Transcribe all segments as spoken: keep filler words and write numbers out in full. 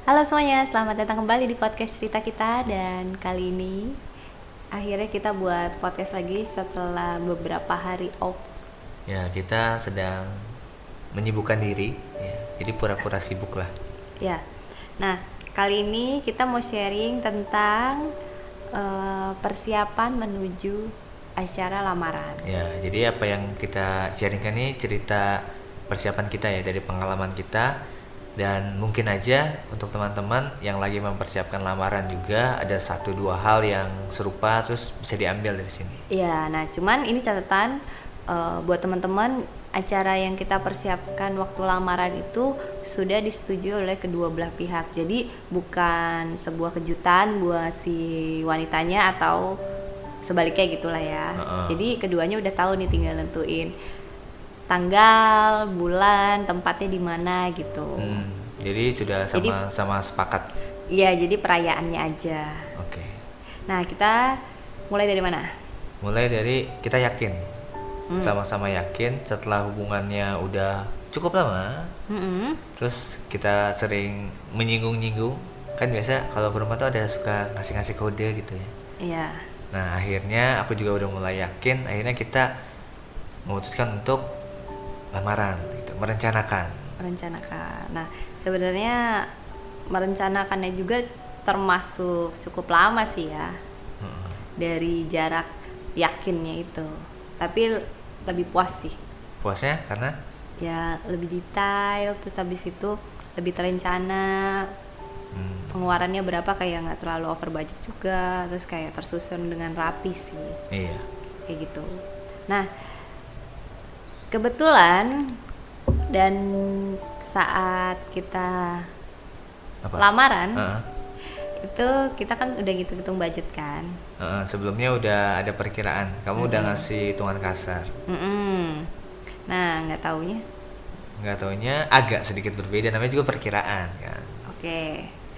Halo semuanya, selamat datang kembali di podcast cerita kita. Dan kali ini akhirnya kita buat podcast lagi setelah beberapa hari off. Ya, kita sedang menyibukkan diri ya, jadi pura-pura sibuk lah. Ya, nah kali ini kita mau sharing tentang uh, persiapan menuju acara lamaran. Ya, jadi apa yang kita sharingkan ini cerita persiapan kita ya, dari pengalaman kita. Dan mungkin aja untuk teman-teman yang lagi mempersiapkan lamaran juga ada satu dua hal yang serupa terus bisa diambil dari sini. Ya, nah cuman ini catatan uh, buat teman-teman, acara yang kita persiapkan waktu lamaran itu sudah disetujui oleh kedua belah pihak. Jadi bukan sebuah kejutan buat si wanitanya atau sebaliknya gitulah ya. Uh-uh. Jadi keduanya udah tahu nih, tinggal nentuin tanggal, bulan, tempatnya di mana gitu. Hmm, jadi sudah sama-sama sepakat. Iya, jadi perayaannya aja. Oke. Okay. Nah, kita mulai dari mana? Mulai dari kita yakin, hmm. sama-sama yakin setelah hubungannya udah cukup lama. Hmm. Terus kita sering menyinggung-nyinggung, kan biasa kalau perempuan tuh ada suka ngasih-ngasih kode gitu ya. Iya. Nah, akhirnya aku juga udah mulai yakin. Akhirnya kita memutuskan untuk lamaran, gitu, merencanakan. Merencanakan. Nah, sebenarnya merencanakannya juga termasuk cukup lama sih ya. Hmm. Dari jarak yakinnya itu. Tapi lebih puas sih. Puasnya karena? Ya, lebih detail, terus habis itu lebih terencana. Hmm. Pengeluarannya berapa kayak nggak terlalu over budget juga, terus kayak tersusun dengan rapi sih. Iya. Kayak gitu. Nah, kebetulan dan saat kita Apa? lamaran uh-uh. itu kita kan udah gitu-hitung budget kan. Uh-uh, sebelumnya udah ada perkiraan. Kamu hmm. udah ngasih hitungan kasar. Hmm. Nah, nggak taunya? Nggak taunya agak sedikit berbeda. Namanya juga perkiraan kan. Oke. Okay.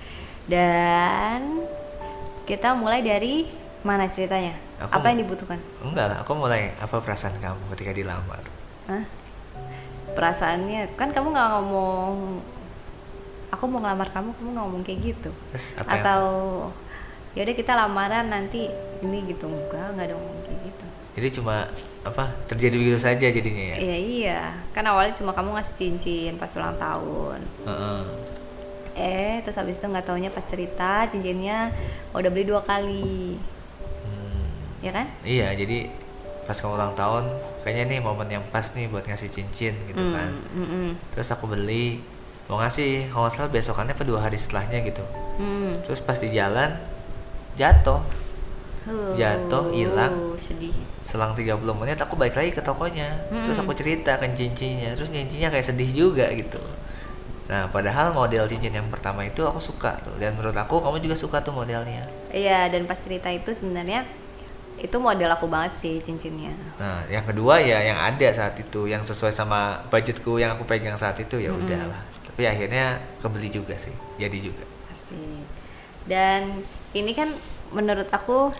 Dan kita mulai dari mana ceritanya? Aku apa yang dibutuhkan? Enggak lah. Aku mulai apa perasaan kamu ketika dilamar? Hah? Perasaannya kan kamu nggak ngomong aku mau ngelamar kamu, kamu nggak ngomong kayak gitu. Terus, atau ya udah kita lamaran nanti ini gitu, enggak nggak ada ngomong kayak gitu. Jadi cuma apa terjadi begitu saja jadinya ya? Iya iya, kan awalnya cuma kamu ngasih cincin pas ulang tahun. Uh-uh. Eh terus habis itu nggak taunya pas cerita cincinnya udah beli dua kali. Hmm. Ya kan? Iya, jadi pas kamu ulang tahun kayaknya nih momen yang pas nih buat ngasih cincin gitu mm, kan. Mm-mm. Terus aku beli, mau ngasih kalau nggak salah besokannya apa dua hari setelahnya gitu. Mm. Terus pas di jalan jatuh, uh, jatuh hilang. Sedih. Selang tiga puluh menit aku balik lagi ke tokonya. Mm-mm. Terus aku ceritakan cincinnya, terus cincinnya kayak sedih juga gitu. Nah, padahal model cincin yang pertama itu aku suka tuh, dan menurut aku kamu juga suka tuh modelnya. Iya, dan pas cerita itu sebenarnya itu model aku banget sih cincinnya. Nah, yang kedua ya yang ada saat itu, yang sesuai sama budgetku yang aku pegang saat itu, ya udahlah. Mm-hmm. Tapi akhirnya kebeli juga sih, jadi juga. Asik. Dan ini kan menurut aku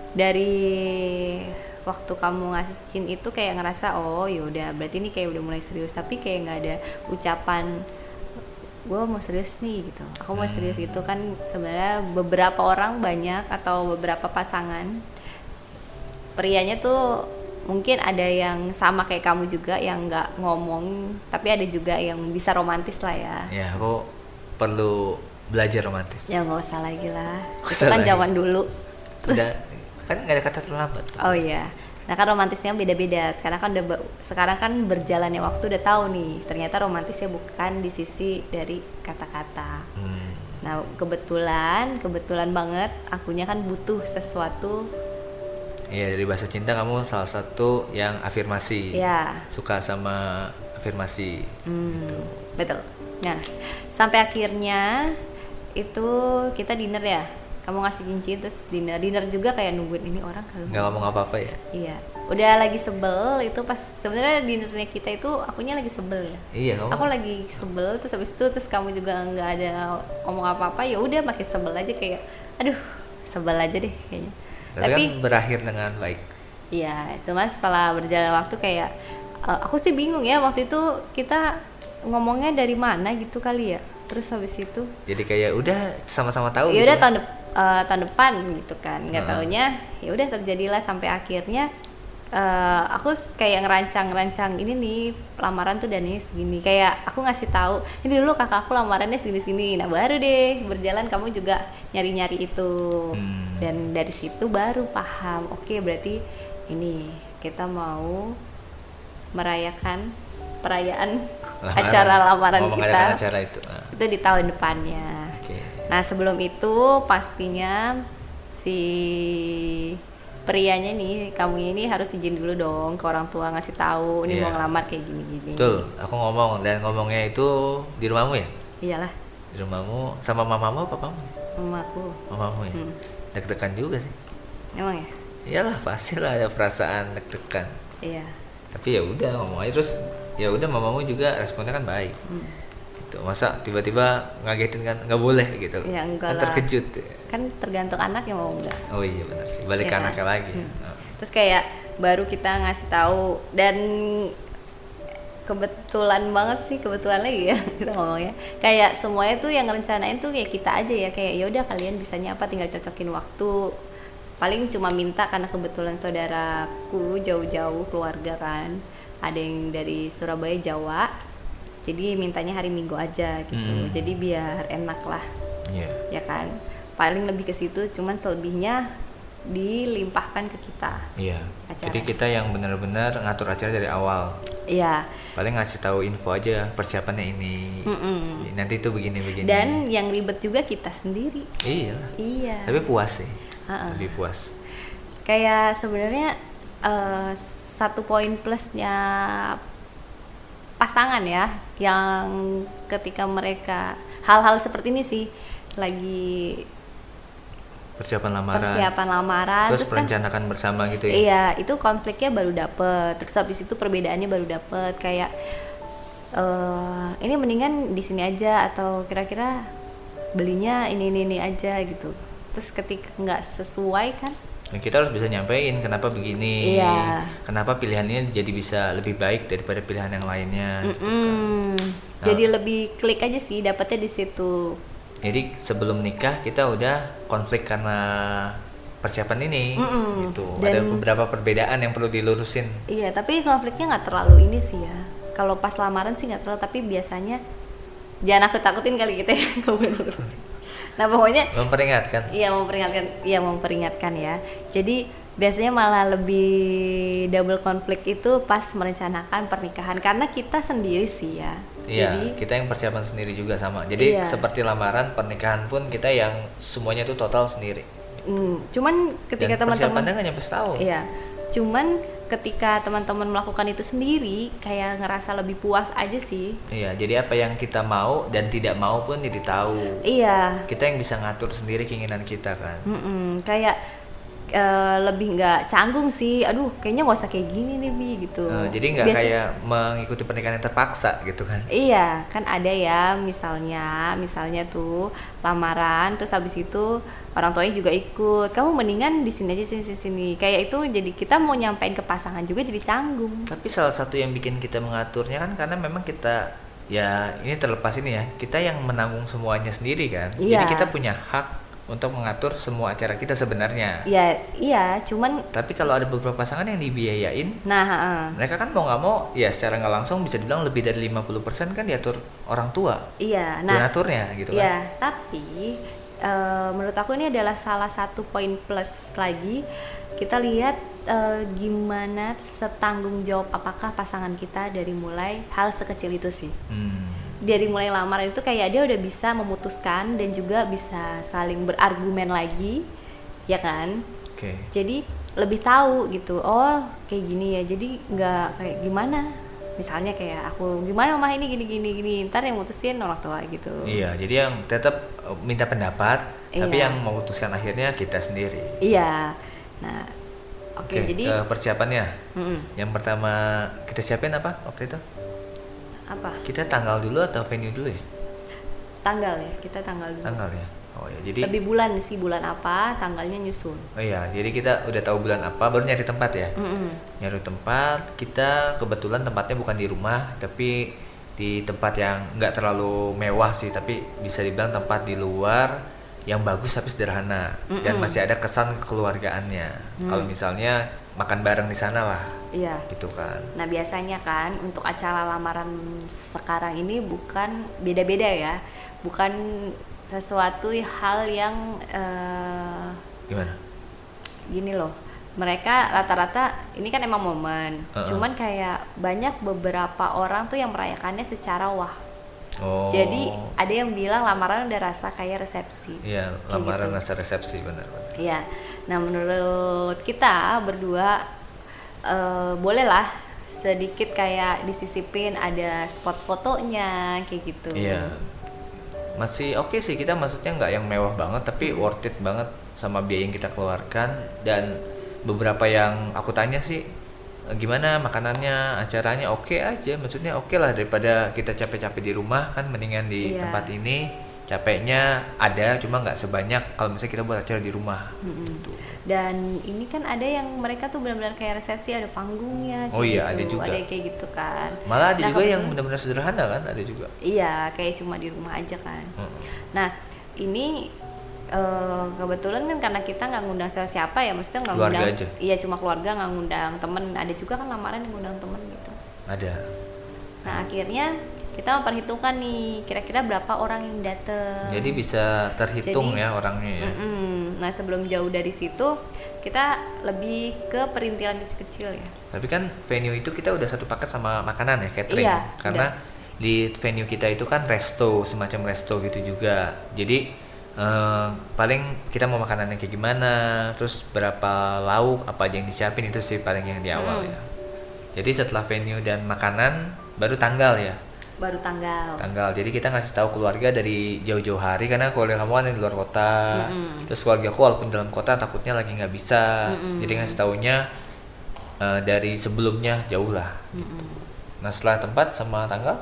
dari waktu kamu ngasih cincin itu kayak ngerasa oh yaudah berarti ini kayak udah mulai serius, tapi kayak nggak ada ucapan gue mau serius nih gitu. Aku mau hmm. serius gitu kan. Sebenarnya beberapa orang banyak atau beberapa pasangan prianya tuh mungkin ada yang sama kayak kamu juga yang nggak ngomong, tapi ada juga yang bisa romantis lah ya. Ya, aku perlu belajar romantis. Ya nggak usah lagi lah. Itu kan zaman dulu. Terus udah, kan nggak ada kata terlambat. Oh iya. Nah kan romantisnya beda-beda. Sekarang kan udah sekarang kan berjalannya waktu udah tahu nih. Ternyata romantisnya bukan di sisi dari kata-kata. Hmm. Nah kebetulan kebetulan banget akunya kan butuh sesuatu. Iya, dari bahasa cinta kamu salah satu yang afirmasi. Iya. Suka sama afirmasi. Hmm, gitu. Betul. Nah, sampai akhirnya itu kita dinner ya. Kamu ngasih cincin terus dinner. Dinner juga kayak nungguin ini orang kagak. Enggak ngomong apa-apa ya? Iya. Udah lagi sebel itu pas sebenarnya dinernya kita itu akunya lagi sebel ya. Iya, kamu. Aku lagi sebel terus habis itu terus kamu juga enggak ada ngomong apa-apa, ya udah makin sebel aja kayak aduh, sebel aja deh kayaknya. Tapi, Tapi kan berakhir dengan baik. Iya, cuman setelah berjalan waktu kayak uh, aku sih bingung ya waktu itu kita ngomongnya dari mana gitu kali ya. terus habis itu Jadi kayak udah sama-sama tahu. ya gitu udah tahun dep- eh, tahun depan gitu kan, nggak Hmm. taunya ya udah terjadilah sampai akhirnya eh, aku s- kayak ngerancang-ngerancang ini nih lamaran tuh dananya segini, kayak aku ngasih tahu ini dulu kakak aku lamarannya segini-segini, nah baru deh berjalan kamu juga nyari-nyari itu. Hmm. Dan dari situ baru paham, oke berarti ini kita mau merayakan perayaan Lamaran. acara lamaran Mau kita mengadakan acara itu. Ah, itu di tahun depannya. Oke. Nah sebelum itu pastinya si prianya nih, kamu ini harus izin dulu dong ke orang tua, ngasih tahu ini Iya. mau ngelamar kayak gini-gini. Betul, aku ngomong dan ngomongnya itu di rumahmu ya? Iyalah, Di rumahmu sama mamamu apa papamu? mamaku. Mamamu ya? Hmm. Deg-degan juga sih. Emang ya? Iyalah, pastilah ada perasaan deg-degan. Iya. Tapi ya udah ngomong aja terus ya udah mamamu juga responnya kan baik. Hmm. Gitu. Masa tiba-tiba ngagetin kan nggak boleh gitu. Ya, enggak Kan lah. terkejut. Kan tergantung anak yang mau enggak. Oh iya benar sih. Balik Iya ke kan? anaknya lagi. Hmm. Oh. Terus kayak baru kita ngasih tahu, dan kebetulan banget sih, kebetulan lagi ya kita ngomongnya kayak semuanya tuh yang ngerencanain tuh kayak kita aja ya, kayak ya udah kalian bisanya apa tinggal cocokin waktu, paling cuma minta karena kebetulan saudaraku jauh-jauh keluarga kan, ada yang dari Surabaya Jawa, jadi mintanya hari Minggu aja gitu. Hmm. Jadi biar enak lah Iya. ya kan, paling lebih ke situ, cuman selebihnya dilimpahkan ke kita. Iya. Acara. Jadi kita yang benar-benar ngatur acara dari awal. Iya. Paling ngasih tahu info aja persiapannya ini. Mm-mm. Nanti itu begini-begini. Dan yang ribet juga kita sendiri. iya. Iya. Tapi puas sih. Ha-ha. Lebih puas. Kayak sebenarnya eh, satu poin plusnya pasangan ya, yang ketika mereka hal-hal seperti ini sih lagi Persiapan lamaran. persiapan lamaran, Terus, terus kan perencanakan bersama gitu ya. iya, itu konfliknya baru dapet, terus habis itu perbedaannya baru dapet, kayak eh ini mendingan di sini aja atau kira-kira belinya ini ini ini aja gitu. Terus ketika nggak sesuai kan, Dan kita harus bisa nyampein kenapa begini. Iya. Kenapa pilihannya jadi bisa lebih baik daripada pilihan yang lainnya. gitu. mm, jadi lebih klik aja sih, dapetnya di situ. Jadi sebelum nikah kita udah konflik karena persiapan ini Mm-mm. gitu. Dan- Ada beberapa perbedaan yang perlu dilurusin. Iya, tapi konfliknya nggak terlalu ini sih ya. Kalau pas lamaran sih nggak terlalu, tapi biasanya jangan aku takutin kali kita ya, nggak boleh nurutin. Nah pokoknya Memperingatkan. iya memperingatkan, iya memperingatkan ya. Jadi biasanya malah lebih double konflik itu pas merencanakan pernikahan, karena kita sendiri sih ya. Iya, Jadi kita yang persiapan sendiri juga sama. Jadi Iya. seperti lamaran, pernikahan pun kita yang semuanya itu total sendiri. mm, cuman ketika Dan persiapannya teman-teman nggak nyampe setahun. iya, cuman ketika teman-teman melakukan itu sendiri kayak ngerasa lebih puas aja sih. Iya, jadi apa yang kita mau dan tidak mau pun jadi tahu. Iya. Kita yang bisa ngatur sendiri keinginan kita kan. Mm-mm, kayak eh, lebih nggak canggung sih, aduh kayaknya nggak usah kayak gini nih Bi gitu. Eh, jadi nggak Biasa- kayak mengikuti pernikahan yang terpaksa gitu kan. iya kan ada ya, misalnya misalnya tuh lamaran terus habis itu orang tuanya juga ikut, kamu mendingan di sini aja sini sini sini. Kayak itu jadi kita mau nyampein ke pasangan juga jadi canggung. Tapi salah satu yang bikin kita mengaturnya kan karena memang kita ya ini terlepas ini ya, kita yang menanggung semuanya sendiri kan. Iya. Jadi kita punya hak untuk mengatur semua acara kita sebenarnya. Ya iya, cuman Tapi kalau ada beberapa pasangan yang dibiayain, nah heeh. mereka kan mau nggak mau ya secara nggak langsung bisa dibilang lebih dari lima puluh persen kan diatur orang tua. iya, nah Donaturnya gitu kan. iya, tapi eh, menurut aku ini adalah salah satu poin plus lagi. Kita lihat eh, gimana setanggung jawab apakah pasangan kita dari mulai hal sekecil itu sih. Hmm. Dari mulai lamaran itu kayak dia udah bisa memutuskan dan juga bisa saling berargumen lagi, ya kan? Oke. Jadi lebih tahu gitu, oh kayak gini ya, jadi nggak kayak gimana. Misalnya kayak aku gimana mah ini gini gini gini, ntar yang mutusin orang tua gitu. Iya, jadi yang tetap uh, minta pendapat, tapi Iya. yang memutuskan akhirnya kita sendiri. Iya. Nah, oke, Oke, jadi ke persiapannya. mm-mm. Yang pertama kita siapin apa waktu itu? apa? Kita tanggal dulu atau venue dulu ya? Tanggal ya, kita tanggal dulu. Tanggal ya. Oh ya, jadi Lebih bulan sih, bulan apa, tanggalnya nyusun. oh iya, jadi kita udah tahu bulan apa, baru nyari tempat ya. Mm-mm. Nyari tempat, kita kebetulan tempatnya bukan di rumah, tapi di tempat yang nggak terlalu mewah sih, tapi bisa dibilang tempat di luar yang bagus tapi sederhana. Mm-mm. Dan masih ada kesan kekeluargaannya. Mm. Kalau misalnya makan bareng di sana lah. Iya. Gitu kan. Nah biasanya kan untuk acara lamaran sekarang ini bukan beda-beda ya, bukan sesuatu hal yang uh, gimana? Gini loh, mereka rata-rata ini kan emang momen, uh-uh. cuman kayak banyak beberapa orang tuh yang merayakannya secara wah. Oh. Jadi ada yang bilang lamaran udah rasa kayak resepsi. Iya, lamaran gitu. Rasa resepsi benar-benar. Iya. Nah menurut kita berdua uh, bolehlah sedikit kayak disisipin ada spot fotonya kayak gitu. Iya. Masih oke okay sih, kita maksudnya nggak yang mewah banget tapi hmm. worth it banget sama biaya yang kita keluarkan. Dan beberapa yang aku tanya sih gimana makanannya, acaranya oke okay aja, maksudnya oke okay lah daripada kita capek-capek di rumah kan, mendingan di yeah. tempat ini capeknya ada cuma nggak sebanyak kalau misalnya kita buat acara di rumah. Mm-hmm. Gitu. Dan ini kan ada yang mereka tuh benar-benar kayak resepsi, ada panggungnya kayak oh iya gitu. Ada juga, ada kayak gitu kan, malah ada nah, juga yang benar-benar sederhana kan, ada juga iya kayak cuma di rumah aja kan. Mm. Nah ini Uh, kebetulan kan karena kita nggak ngundang siapa-siapa ya, maksudnya nggak ngundang aja. Iya cuma keluarga, nggak ngundang temen. Ada juga kan lamaran yang ngundang temen gitu. Ada. Nah akhirnya kita memperhitungkan nih kira-kira berapa orang yang datang. Jadi bisa terhitung Jadi, ya orangnya ya. Mm-mm. Nah sebelum jauh dari situ kita lebih ke perintilan kecil-kecil ya. Tapi kan venue itu kita udah satu paket sama makanan ya, catering. Iya, karena udah. Di venue kita itu kan resto, semacam resto gitu juga. Jadi Uh, paling kita mau makanannya kayak gimana, terus berapa lauk, apa aja yang disiapin, itu sih paling yang di awal hmm. ya. Jadi setelah venue dan makanan baru tanggal ya. Baru tanggal. Tanggal. Jadi kita ngasih tahu keluarga dari jauh-jauh hari karena keluarga kamu kan di luar kota. Mm-mm. Terus keluarga aku walaupun dalam kota takutnya lagi nggak bisa. Mm-mm. Jadi ngasih taunya uh, dari sebelumnya jauh lah. Mm-mm. Nah setelah tempat sama tanggal.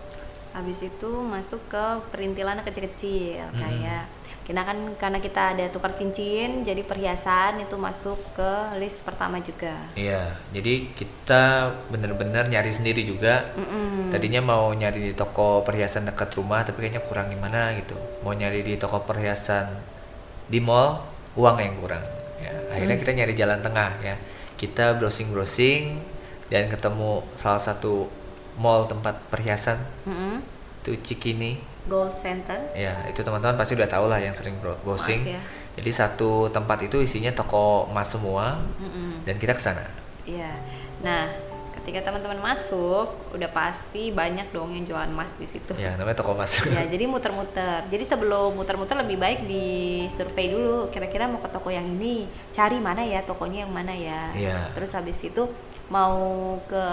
Habis itu masuk ke perintilan kecil-kecil mm-hmm. kayak kita kan karena kita ada tukar cincin, jadi perhiasan itu masuk ke list pertama juga. Iya, jadi kita benar-benar nyari sendiri juga. Mm-mm. Tadinya mau nyari di toko perhiasan dekat rumah, tapi kayaknya kurang gimana gitu. Mau nyari di toko perhiasan di mall, uang yang kurang. Ya, akhirnya mm. kita nyari jalan tengah ya. Kita browsing-browsing dan ketemu salah satu mall tempat perhiasan, mm-hmm. itu Cikini Gold Center. Ya, itu teman-teman pasti udah tahu lah yang sering browsing. Ya. Jadi satu tempat itu isinya toko emas semua, mm-mm. dan kita kesana. Iya. Nah, ketika teman-teman masuk, udah pasti banyak dong yang jualan emas di situ. Ya, namanya toko emas. Ya, jadi muter-muter. Jadi sebelum muter-muter lebih baik di survei dulu. Kira-kira mau ke toko yang ini, cari mana ya tokonya yang mana ya. Ya. Terus habis itu mau ke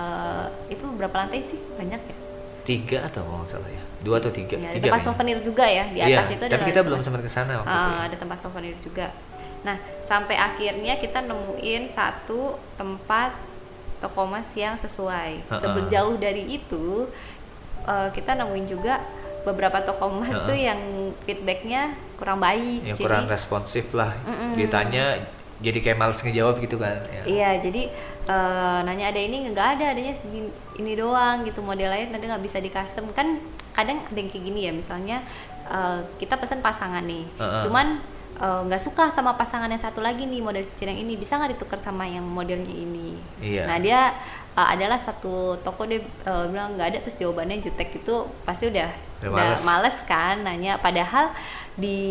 itu berapa lantai sih? Banyak ya? Tiga atau nggak salah ya? Dua atau tiga? Ya, tiga tempat souvenir juga ya di atas iya, itu. Ada tapi kita belum sempat ke sana waktu uh, itu. Ya. Ada tempat souvenir juga. Nah, sampai akhirnya kita nemuin satu tempat toko emas yang sesuai. Uh-uh. Sebelum jauh dari itu, uh, kita nemuin juga beberapa toko emas uh-uh. tuh yang feedbacknya kurang baik. Yang jadi, kurang responsif lah. Mm-mm. Ditanya jadi kayak males ngejawab gitu kan ya. Iya, jadi uh, nanya ada ini nggak ada, adanya segini ini doang gitu, model lain ada nggak bisa di custom kan. Kadang ada yang kayak gini ya, misalnya uh, kita pesan pasangan nih, uh-uh. cuman nggak uh, suka sama pasangan yang satu lagi nih, model cincin yang ini bisa nggak ditukar sama yang modelnya ini. Iya. Nah dia uh, adalah satu toko dia uh, bilang nggak ada, terus jawabannya jutek, itu pasti udah udah, udah males. males kan nanya, padahal di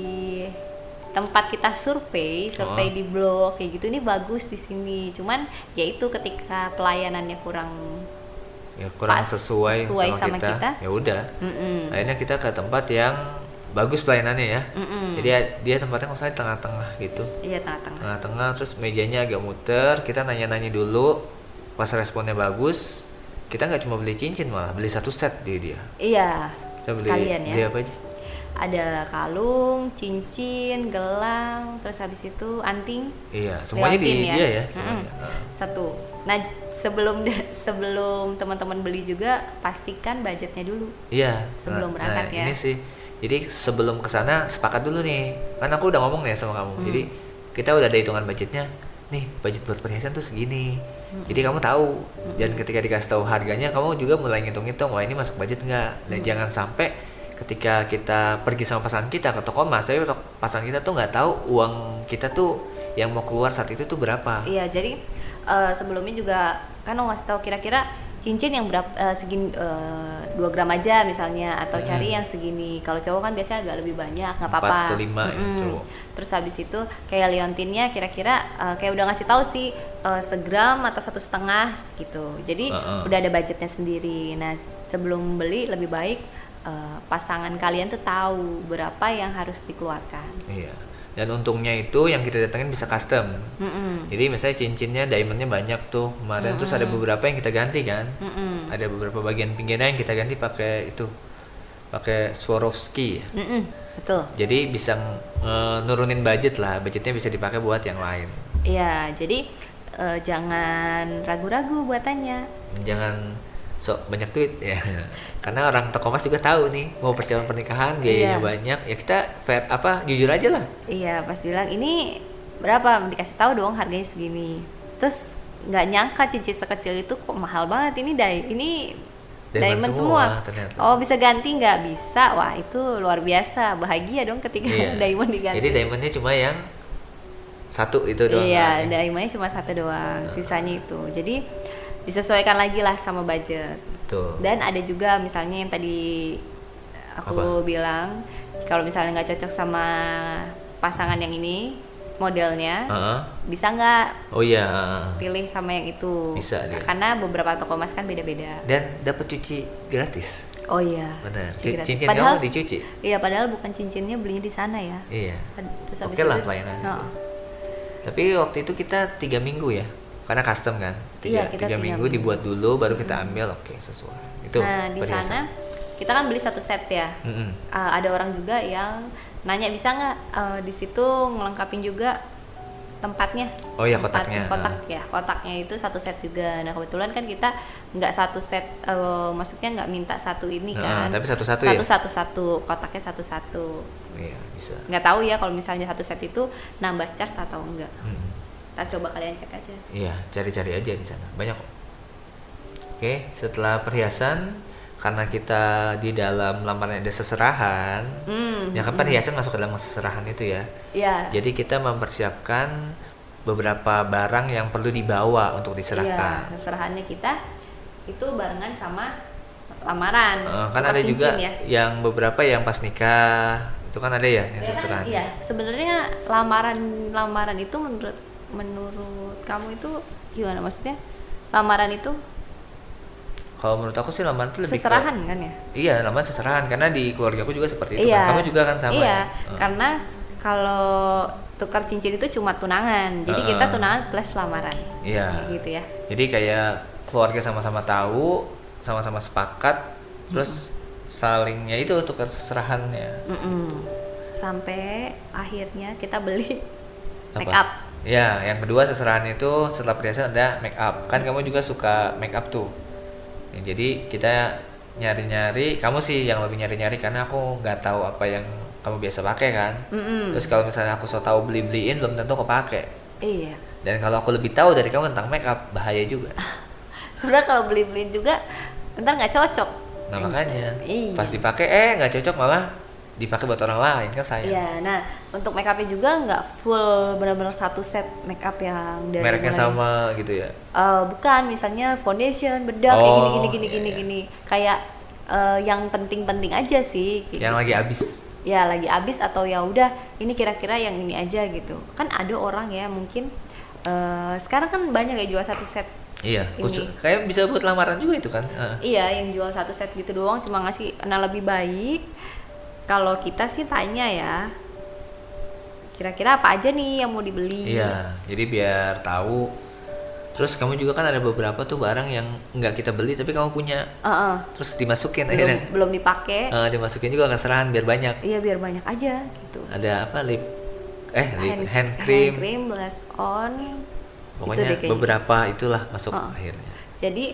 tempat kita survei, survei oh. di blog kayak gitu, ini bagus di sini. Cuman ya itu ketika pelayanannya kurang ya kurang pas, sesuai, sesuai sama, sama kita, kita. Ya udah. Akhirnya kita ke tempat yang bagus pelayanannya ya. Mm-mm. Jadi dia tempatnya nggak usah di tengah-tengah gitu. Iya, tengah-tengah. Tengah-tengah, terus mejanya agak muter. Kita nanya-nanya dulu. Pas responnya bagus, kita nggak cuma beli cincin, malah beli satu set di dia. Iya. Kita beli, sekalian ya. Beli apa aja? Ada kalung, cincin, gelang, terus habis itu anting. Iya, semuanya di ya. dia ya. Semuanya. Mm-hmm. Satu. Nah, sebelum sebelum teman-teman beli juga pastikan budgetnya dulu. Iya. Sebelum nah, berangkat nah, ya. Ini sih. Jadi sebelum kesana sepakat dulu nih. Kan aku udah ngomong nih sama kamu. Hmm. Jadi kita udah ada hitungan budgetnya. Nih, budget buat perhiasan tuh segini. Jadi kamu tahu, dan ketika dikasih tahu harganya kamu juga mulai ngitung-ngitung, wah ini masuk budget nggak. Dan jangan sampai ketika kita pergi sama pasangan kita ke toko emas, tapi pasangan kita tuh nggak tahu uang kita tuh yang mau keluar saat itu tuh berapa. Iya, jadi uh, sebelumnya juga kan lo ngasih tahu kira-kira cincin yang berapa, uh, segini uh, dua gram aja misalnya, atau hmm. cari yang segini. Kalau cowok kan biasanya agak lebih banyak, nggak apa-apa. empat atau lima mm-hmm. ya, cowok. Terus habis itu kayak liontinnya kira-kira uh, kayak udah ngasih tahu sih uh, segram atau satu setengah gitu. Jadi uh-uh. udah ada budgetnya sendiri. Nah sebelum beli lebih baik uh, pasangan kalian tuh tahu berapa yang harus dikeluarkan. Iya. Dan untungnya itu yang kita datengin bisa custom. Mm-mm. Jadi misalnya cincinnya diamondnya banyak tuh kemarin, mm-mm. terus ada beberapa yang kita ganti kan. Mm-mm. Ada beberapa bagian pinggirnya yang kita ganti pakai itu, pakai Swarovski. Mm-mm. Betul. Jadi bisa uh, nurunin budget lah, budgetnya bisa dipakai buat yang lain. Iya, jadi uh, jangan ragu-ragu buatannya. Jangan sok banyak duit ya. Karena orang toko emas juga tahu nih mau persiapan pernikahan biayanya iya. banyak, ya kita fair apa jujur aja lah. Iya, pas bilang ini berapa, dikasih tahu dong harganya segini. Terus nggak nyangka cincin sekecil itu kok mahal banget, ini dai ini diamond, diamond semua, semua. Oh bisa ganti nggak? Bisa. Wah itu luar biasa, bahagia dong ketika iya. diamond diganti. Jadi diamondnya cuma yang satu itu doang. Iya, diamondnya cuma satu doang, sisanya itu. Jadi disesuaikan lagi lah sama budget. Betul. Dan ada juga misalnya yang tadi aku Apa? bilang, kalau misalnya nggak cocok sama pasangan yang ini modelnya, uh-huh. bisa nggak? Oh iya. Uh-huh. Pilih sama yang itu. Bisa. Dia. Karena beberapa toko emas kan beda-beda. Dan dapat cuci gratis. Oh iya. Benar. C- cincin padahal, kamu dicuci. Iya, padahal bukan cincinnya, belinya di sana ya. Iya. Terus Oke lah pelayanan. Oh. Tapi waktu itu kita tiga minggu ya. Karena custom kan, tiga, iya, kita tiga minggu, minggu dibuat dulu, baru kita ambil, oke okay, sesuai. Itu. Nah di sana kita kan beli satu set ya. Mm-hmm. Uh, ada orang juga yang nanya bisa nggak uh, di situ ngelengkapin juga tempatnya. Oh ya kotaknya. Tempat, kotak uh. ya, kotaknya itu satu set juga. Nah kebetulan kan kita nggak satu set, uh, maksudnya nggak minta satu ini kan. Nah, tapi satu-satu, satu ya. Satu-satu, kotaknya satu-satu. Iya bisa. Nggak tahu ya kalau misalnya satu set itu nambah charge atau enggak. Hmm. Ntar coba kalian cek aja. Iya, cari-cari aja di sana. Banyak kok. Oke, setelah perhiasan, karena kita di dalam lamaran ada seserahan, mm, ya kan perhiasan mm. masuk ke dalam seserahan itu ya. Iya. Jadi kita mempersiapkan beberapa barang yang perlu dibawa untuk diserahkan. Iya, seserahannya kita itu barengan sama lamaran. Uh, kan ada juga ya. Yang beberapa yang pas nikah, itu kan ada ya yang ya, seserahan. Iya, sebenarnya lamaran-lamaran itu menurut menurut kamu itu gimana, maksudnya lamaran itu? Kalau menurut aku sih lamaran itu lebih seserahan ke, kan ya? Iya, lamaran seserahan karena di keluarga aku juga seperti itu. Iya, kan. Kamu juga kan sama. Iya, ya? karena kalau tukar cincin itu cuma tunangan, jadi uh, kita tunangan plus lamaran. Iya. Kayak gitu ya. Jadi kayak keluarga sama-sama tahu, sama-sama sepakat, mm-hmm. terus salingnya itu tukar seserahannya. Mm-mm. Sampai akhirnya kita beli Apa? make up. Ya, yang kedua seserahan itu setelah perhiasan ada make up. Kan kamu juga suka make up tuh. Ya, jadi kita nyari-nyari, kamu sih yang lebih nyari-nyari karena aku nggak tahu apa yang kamu biasa pakai kan. Mm-mm. Terus kalau misalnya aku so tahu beli-beliin belum tentu kepake. Iya. Dan kalau aku lebih tahu dari kamu tentang make up, bahaya juga. Sebenarnya kalau beli-beliin juga ntar nggak cocok. Nah makanya iya. Pas dipakai eh nggak cocok, malah dipakai buat orang lain kan sayang. Iya, nah untuk make upnya juga nggak full benar-benar satu set make up yang dari mereknya mulai, sama gitu ya? Uh, bukan, misalnya foundation, bedak, oh, kayak gini gini gini iya, gini iya. gini, kayak uh, yang penting-penting aja sih. Yang gitu. Lagi habis. Ya lagi habis atau ya udah ini kira-kira yang ini aja gitu. Kan ada orang ya mungkin uh, sekarang kan banyak ya jual satu set. Iya, khusus, kayak bisa buat lamaran juga itu kan? Uh. Iya, yang jual satu set gitu doang, cuma ngasih nah lebih baik. Kalau kita sih tanya ya, kira-kira apa aja nih yang mau dibeli. Iya, jadi biar tahu. Terus kamu juga kan ada beberapa tuh barang yang nggak kita beli tapi kamu punya. Uh-uh. Terus dimasukin belum, akhirnya. Belum dipakai. Uh, dimasukin juga ke serahan biar banyak. Iya, biar banyak aja gitu. Ada apa lip? Eh, lip, hand, hand cream. Hand cream, blush on. Pokoknya itu beberapa itulah masuk uh. akhirnya. Jadi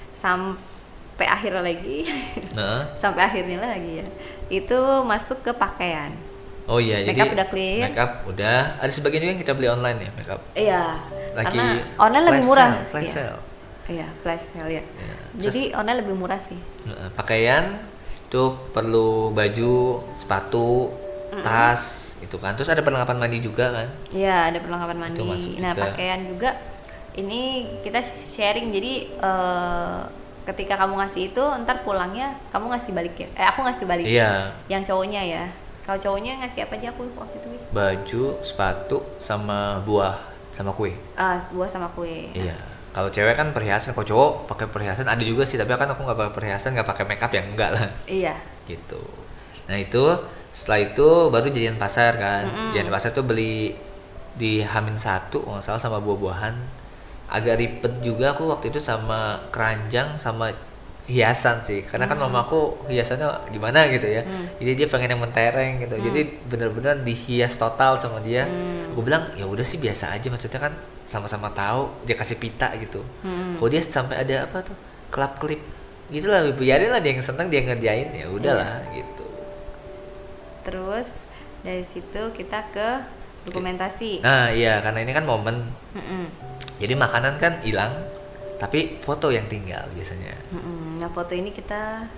sampai akhir lagi. Nah. Sampai akhirnya lagi ya. Itu masuk ke pakaian. Oh iya, make jadi up udah clear. Make up udah. Ada sebagian juga yang kita beli online ya make up. Iya. lagi karena online lebih flash murah. sale, flash Iya. sale. Iya, flash sale ya. Ya, Jadi terus, online lebih murah sih. eh, pakaian tuh perlu baju, sepatu, tas itu kan. Terus ada perlengkapan mandi juga kan. Iya, ada perlengkapan Itu mandi. masuk Nah, juga. pakaian juga ini kita sharing. Jadi eh, ketika kamu ngasih itu, ntar pulangnya kamu ngasih balik ya. Eh, aku ngasih balik. Iya, Yang cowoknya ya. Kalau cowoknya ngasih apa aja aku waktu itu? Wi? baju, sepatu, sama buah, sama kue. Ah, buah sama kue. Nah, Iya. Kalau cewek kan perhiasan, kalau cowok pakai perhiasan ada juga sih, tapi kan aku nggak pakai perhiasan, nggak pakai makeup ya enggak lah. Iya. Gitu. Nah itu setelah itu baru jajan pasar kan. Jajan pasar tuh beli di Hamin satu kalau nggak salah sama buah-buahan. Agak ribet juga aku waktu itu sama keranjang sama hiasan sih, karena kan mama aku hiasannya gimana gitu ya. Jadi dia pengen yang mentereng gitu. Jadi benar-benar dihias total sama dia. Aku bilang ya udah sih biasa aja, maksudnya kan sama-sama tahu dia kasih pita gitu. Kalau dia sampai ada apa tuh kelap klip gitu lah, biarin lah dia yang seneng dia ngerjain, ya udahlah gitu. Terus dari situ kita ke dokumentasi. Nah iya, karena ini kan momen, Mm-mm. jadi makanan kan hilang tapi foto yang tinggal biasanya. Mm-mm. Nah, foto ini kita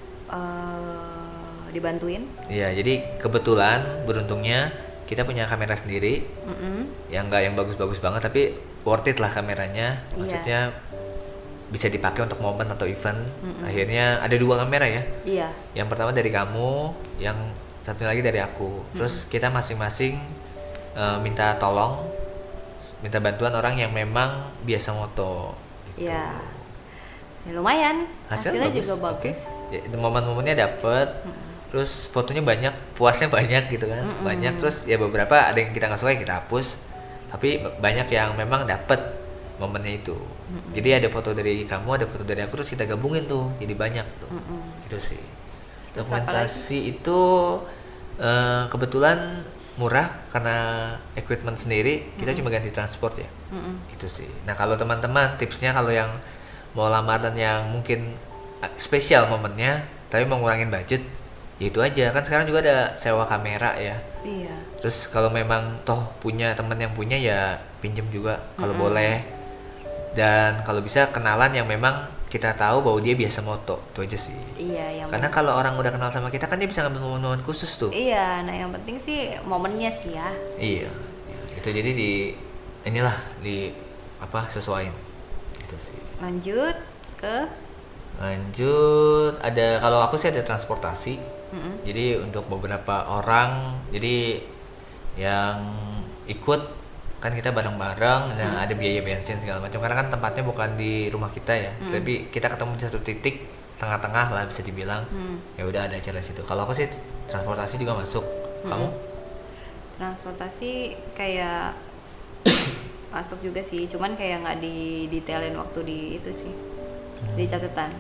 eh, dibantuin. Iya, jadi kebetulan beruntungnya kita punya kamera sendiri. Mm-mm. Yang nggak yang bagus-bagus banget tapi worth it lah kameranya, Iya. maksudnya bisa dipakai untuk momen atau event. Akhirnya ada dua kamera ya, Iya. yang pertama dari kamu, yang satu lagi dari aku. Terus kita masing-masing eh, minta tolong, minta bantuan orang yang memang biasa moto gitu. Iya. Ya, lumayan. Hasil Hasilnya bagus, juga oke. bagus. Ya, momen-momennya dapet. Terus fotonya banyak, puasnya banyak gitu kan. Banyak, terus ya beberapa ada yang kita nggak suka ya kita hapus. Tapi b- banyak yang memang dapet momennya itu. Jadi ada foto dari kamu, ada foto dari aku, terus kita gabungin tuh jadi banyak tuh. Itu sih. Terus apa Dokumentasi itu eh, kebetulan murah karena equipment sendiri, kita cuma ganti transport ya. Itu sih. Nah kalau teman-teman tipsnya kalau yang mau lamaran yang mungkin ah, spesial momennya tapi mau ngurangin budget, ya itu aja kan. Sekarang juga ada sewa kamera ya. Iya. Terus kalau memang toh punya teman yang punya ya pinjem juga kalau boleh. Dan kalau bisa kenalan yang memang kita tahu bahwa dia biasa moto, itu aja sih. Iya, yang Karena kalau orang udah kenal sama kita kan dia bisa ngambil momen-momen khusus tuh. Iya, nah yang penting sih momennya sih ya. Iya, itu jadi di inilah di apa sesuaiin itu sih. Lanjut ke Lanjut ada kalau aku sih ada transportasi. Mm-mm. Jadi untuk beberapa orang, jadi yang ikut kan kita bareng-bareng, nah ada biaya bensin segala macam. Karena kan tempatnya bukan di rumah kita ya, tapi kita ketemu di satu titik tengah-tengah lah bisa dibilang. Ya udah ada acara situ. Kalau aku sih transportasi juga masuk. Kamu? transportasi kayak masuk juga sih, cuman kayak nggak di detailin waktu di itu sih, di catatan.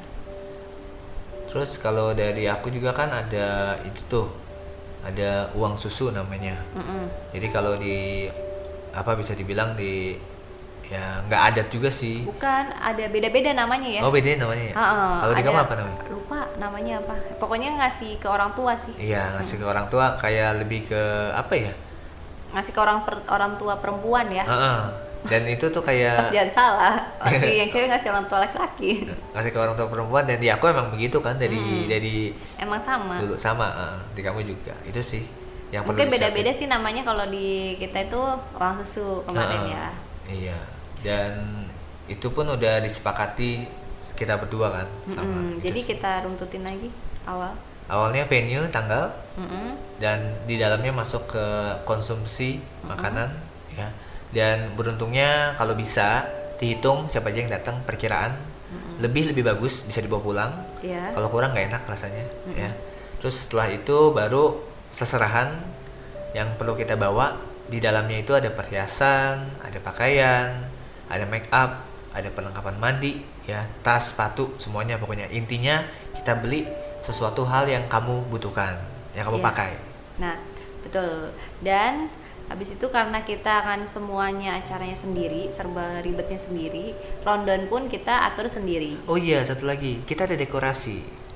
Terus kalau dari aku juga kan ada itu tuh, ada uang susu namanya. Mm-mm. Jadi kalau di apa bisa dibilang di ya nggak adat juga sih. Bukan, ada beda-beda namanya ya. Oh beda namanya ya. Ha-ha, Kalau di kamu ada- apa namanya? Lupa namanya apa. Pokoknya ngasih ke orang tua sih. Iya ngasih ke orang tua kayak lebih ke apa ya? Ngasih ke orang per- orang tua perempuan ya. Heeh. Dan itu tuh Terus kayak jangan salah, pasti yang cewek ngasih orang tua laki-laki. ngasih ke orang tua perempuan, dan di aku emang begitu kan dari dari Emang sama. dulu sama. Heeh. Di kamu juga itu sih yang perlu Mungkin disiapin. beda-beda sih namanya kalau di kita itu uang susu kemarin Heeh. ya. Iya. Dan itu pun udah disepakati kita berdua kan sama. Mm-mm, itu jadi sih. kita runtutin lagi awal. Awalnya venue tanggal, Mm-mm. dan di dalamnya masuk ke konsumsi makanan ya. Dan beruntungnya kalau bisa dihitung siapa aja yang datang, perkiraan lebih lebih bagus bisa dibawa pulang. Iya. Kalau kurang nggak enak rasanya ya. Terus setelah itu baru seserahan yang perlu kita bawa. Di dalamnya itu ada perhiasan, ada pakaian, ada make up, ada perlengkapan mandi ya, tas, sepatu, semuanya pokoknya. Intinya kita beli sesuatu hal yang kamu butuhkan, yang kamu Iya. pakai. Nah, betul. Dan habis itu karena kita akan semuanya acaranya sendiri, serba ribetnya sendiri, rundown pun kita atur sendiri. Oh iya, satu lagi, kita ada dekorasi.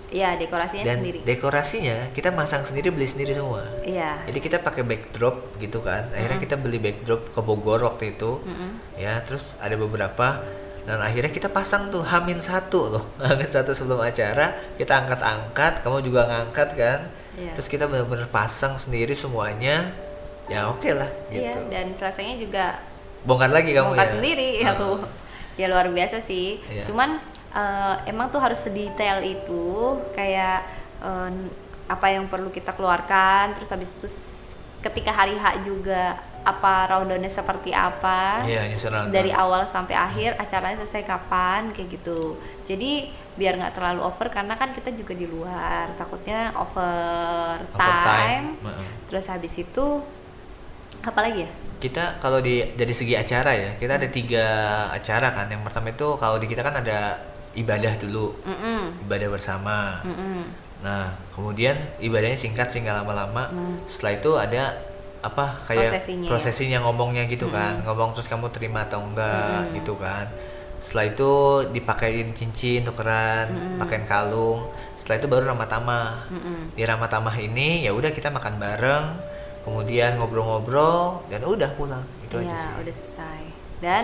Iya, dekorasinya Dan sendiri. dekorasinya kita masang sendiri, beli sendiri semua. Iya. Jadi kita pakai backdrop gitu kan. Akhirnya Mm-mm. kita beli backdrop ke Bogor waktu itu. Mm-mm. Ya, terus ada beberapa dan akhirnya kita pasang tuh Hamin satu loh. Hamin satu sebelum acara kita angkat-angkat, kamu juga ngangkat kan. Iya. Terus kita benar-benar pasang sendiri semuanya. Ya oke lah gitu. Iya, dan selesainya juga Bongkar lagi kamu bongkar ya. sendiri Ah. aku. Ya luar biasa sih. Iya. Cuman eh, emang tuh harus sedetail itu, kayak eh, apa yang perlu kita keluarkan, terus habis itu s- ketika hari H juga apa rundownnya seperti apa. Iya, nyusun rundown. Dari awal sampai akhir acaranya selesai kapan kayak gitu. Jadi biar nggak terlalu over karena kan kita juga di luar, takutnya over time. Overtime. Heeh. Terus habis itu apa lagi ya? Kita kalau di dari segi acara ya, kita ada tiga acara kan. Yang pertama itu kalau di kita kan ada ibadah dulu, Mm-mm. ibadah bersama. Mm-mm. Nah, kemudian ibadahnya singkat sehingga lama-lama. Hmm. Setelah itu ada apa kayak Prosesinya. prosesinya ngomongnya gitu kan, ngomong terus kamu terima atau enggak Mm-mm. gitu kan. Setelah itu dipakein cincin tukeran, pakaiin kalung. Setelah itu baru ramah tamah. Mm-mm. Di ramah tamah ini ya udah kita makan bareng, kemudian ngobrol-ngobrol dan udah pulang. Itu aja Iya, sih. udah selesai. Dan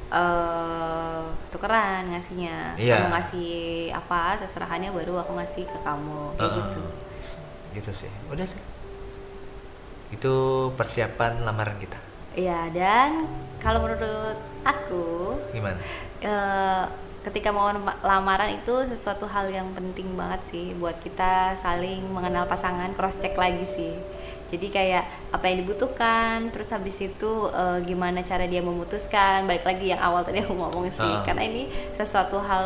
eh tukeran ngasihnya. Iya. Kamu ngasih apa, seserahannya baru aku ngasih ke kamu kayak Heeh. gitu. Gitu sih. Udah sih. Itu persiapan lamaran kita. Iya, dan kalau menurut aku Gimana? eh, ketika mau lama- lamaran itu sesuatu hal yang penting banget sih buat kita saling mengenal pasangan, cross check lagi sih. Jadi kayak apa yang dibutuhkan, terus habis itu eh, gimana cara dia memutuskan, balik lagi yang awal tadi aku ngomong sih, Ah. karena ini sesuatu hal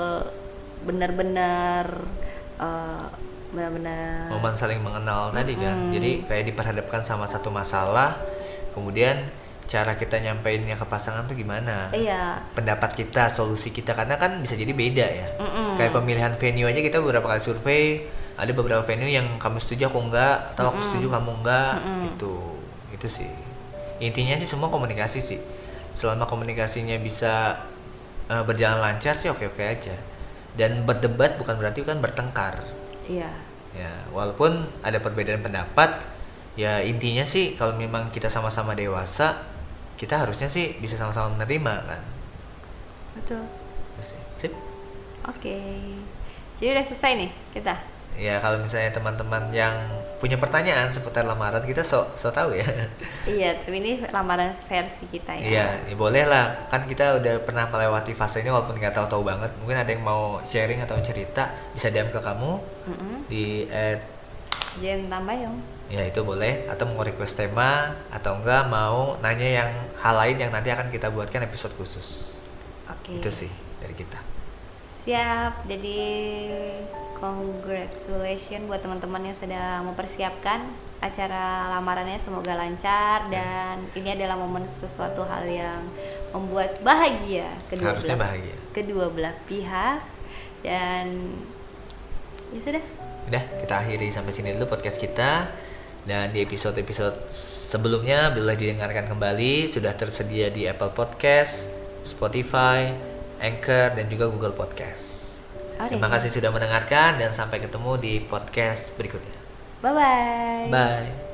benar-benar eh, benar-benar Momen saling mengenal tadi kan. Jadi kayak diperhadapkan sama satu masalah, kemudian cara kita nyampeinnya ke pasangan tuh gimana? iya. Pendapat kita, solusi kita, karena kan bisa jadi beda ya. Mm-mm. Kayak pemilihan venue aja kita beberapa kali survei, ada beberapa venue yang kamu setuju aku enggak, atau aku setuju kamu enggak, itu itu sih. Intinya sih semua komunikasi sih. Selama komunikasinya bisa eh, berjalan lancar sih oke-oke aja. Dan berdebat bukan berarti kan bertengkar. Iya. Ya, walaupun ada perbedaan pendapat, ya intinya sih kalau memang kita sama-sama dewasa, kita harusnya sih bisa sama-sama menerima kan. Betul. Terus sih. Sip. Oke. Jadi udah selesai nih kita. Ya kalau misalnya teman-teman yang punya pertanyaan seputar lamaran, kita so so tahu ya. Iya, tapi ini lamaran versi kita ya. Iya, ya boleh lah. Kan kita udah pernah melewati fase ini walaupun nggak tahu-tahu banget. Mungkin ada yang mau sharing atau cerita, bisa D M ke kamu Mm-mm. di at Jen Tambayong. ya itu boleh, atau mau request tema atau enggak mau nanya yang hal lain yang nanti akan kita buatkan episode khusus. Oke. Itu sih dari kita. Siap. Jadi congratulations buat teman-teman yang sedang mempersiapkan acara lamarannya, semoga lancar dan ini adalah momen sesuatu hal yang membuat bahagia kedua Harusnya belah bahagia. kedua belah pihak dan ya sudah. Udah, kita akhiri sampai sini dulu podcast kita. Dan di episode-episode sebelumnya bila didengarkan kembali sudah tersedia di Apple Podcast, Spotify, Anchor dan juga Google Podcast. Oke. Terima kasih sudah mendengarkan dan sampai ketemu di podcast berikutnya. Bye bye. Bye.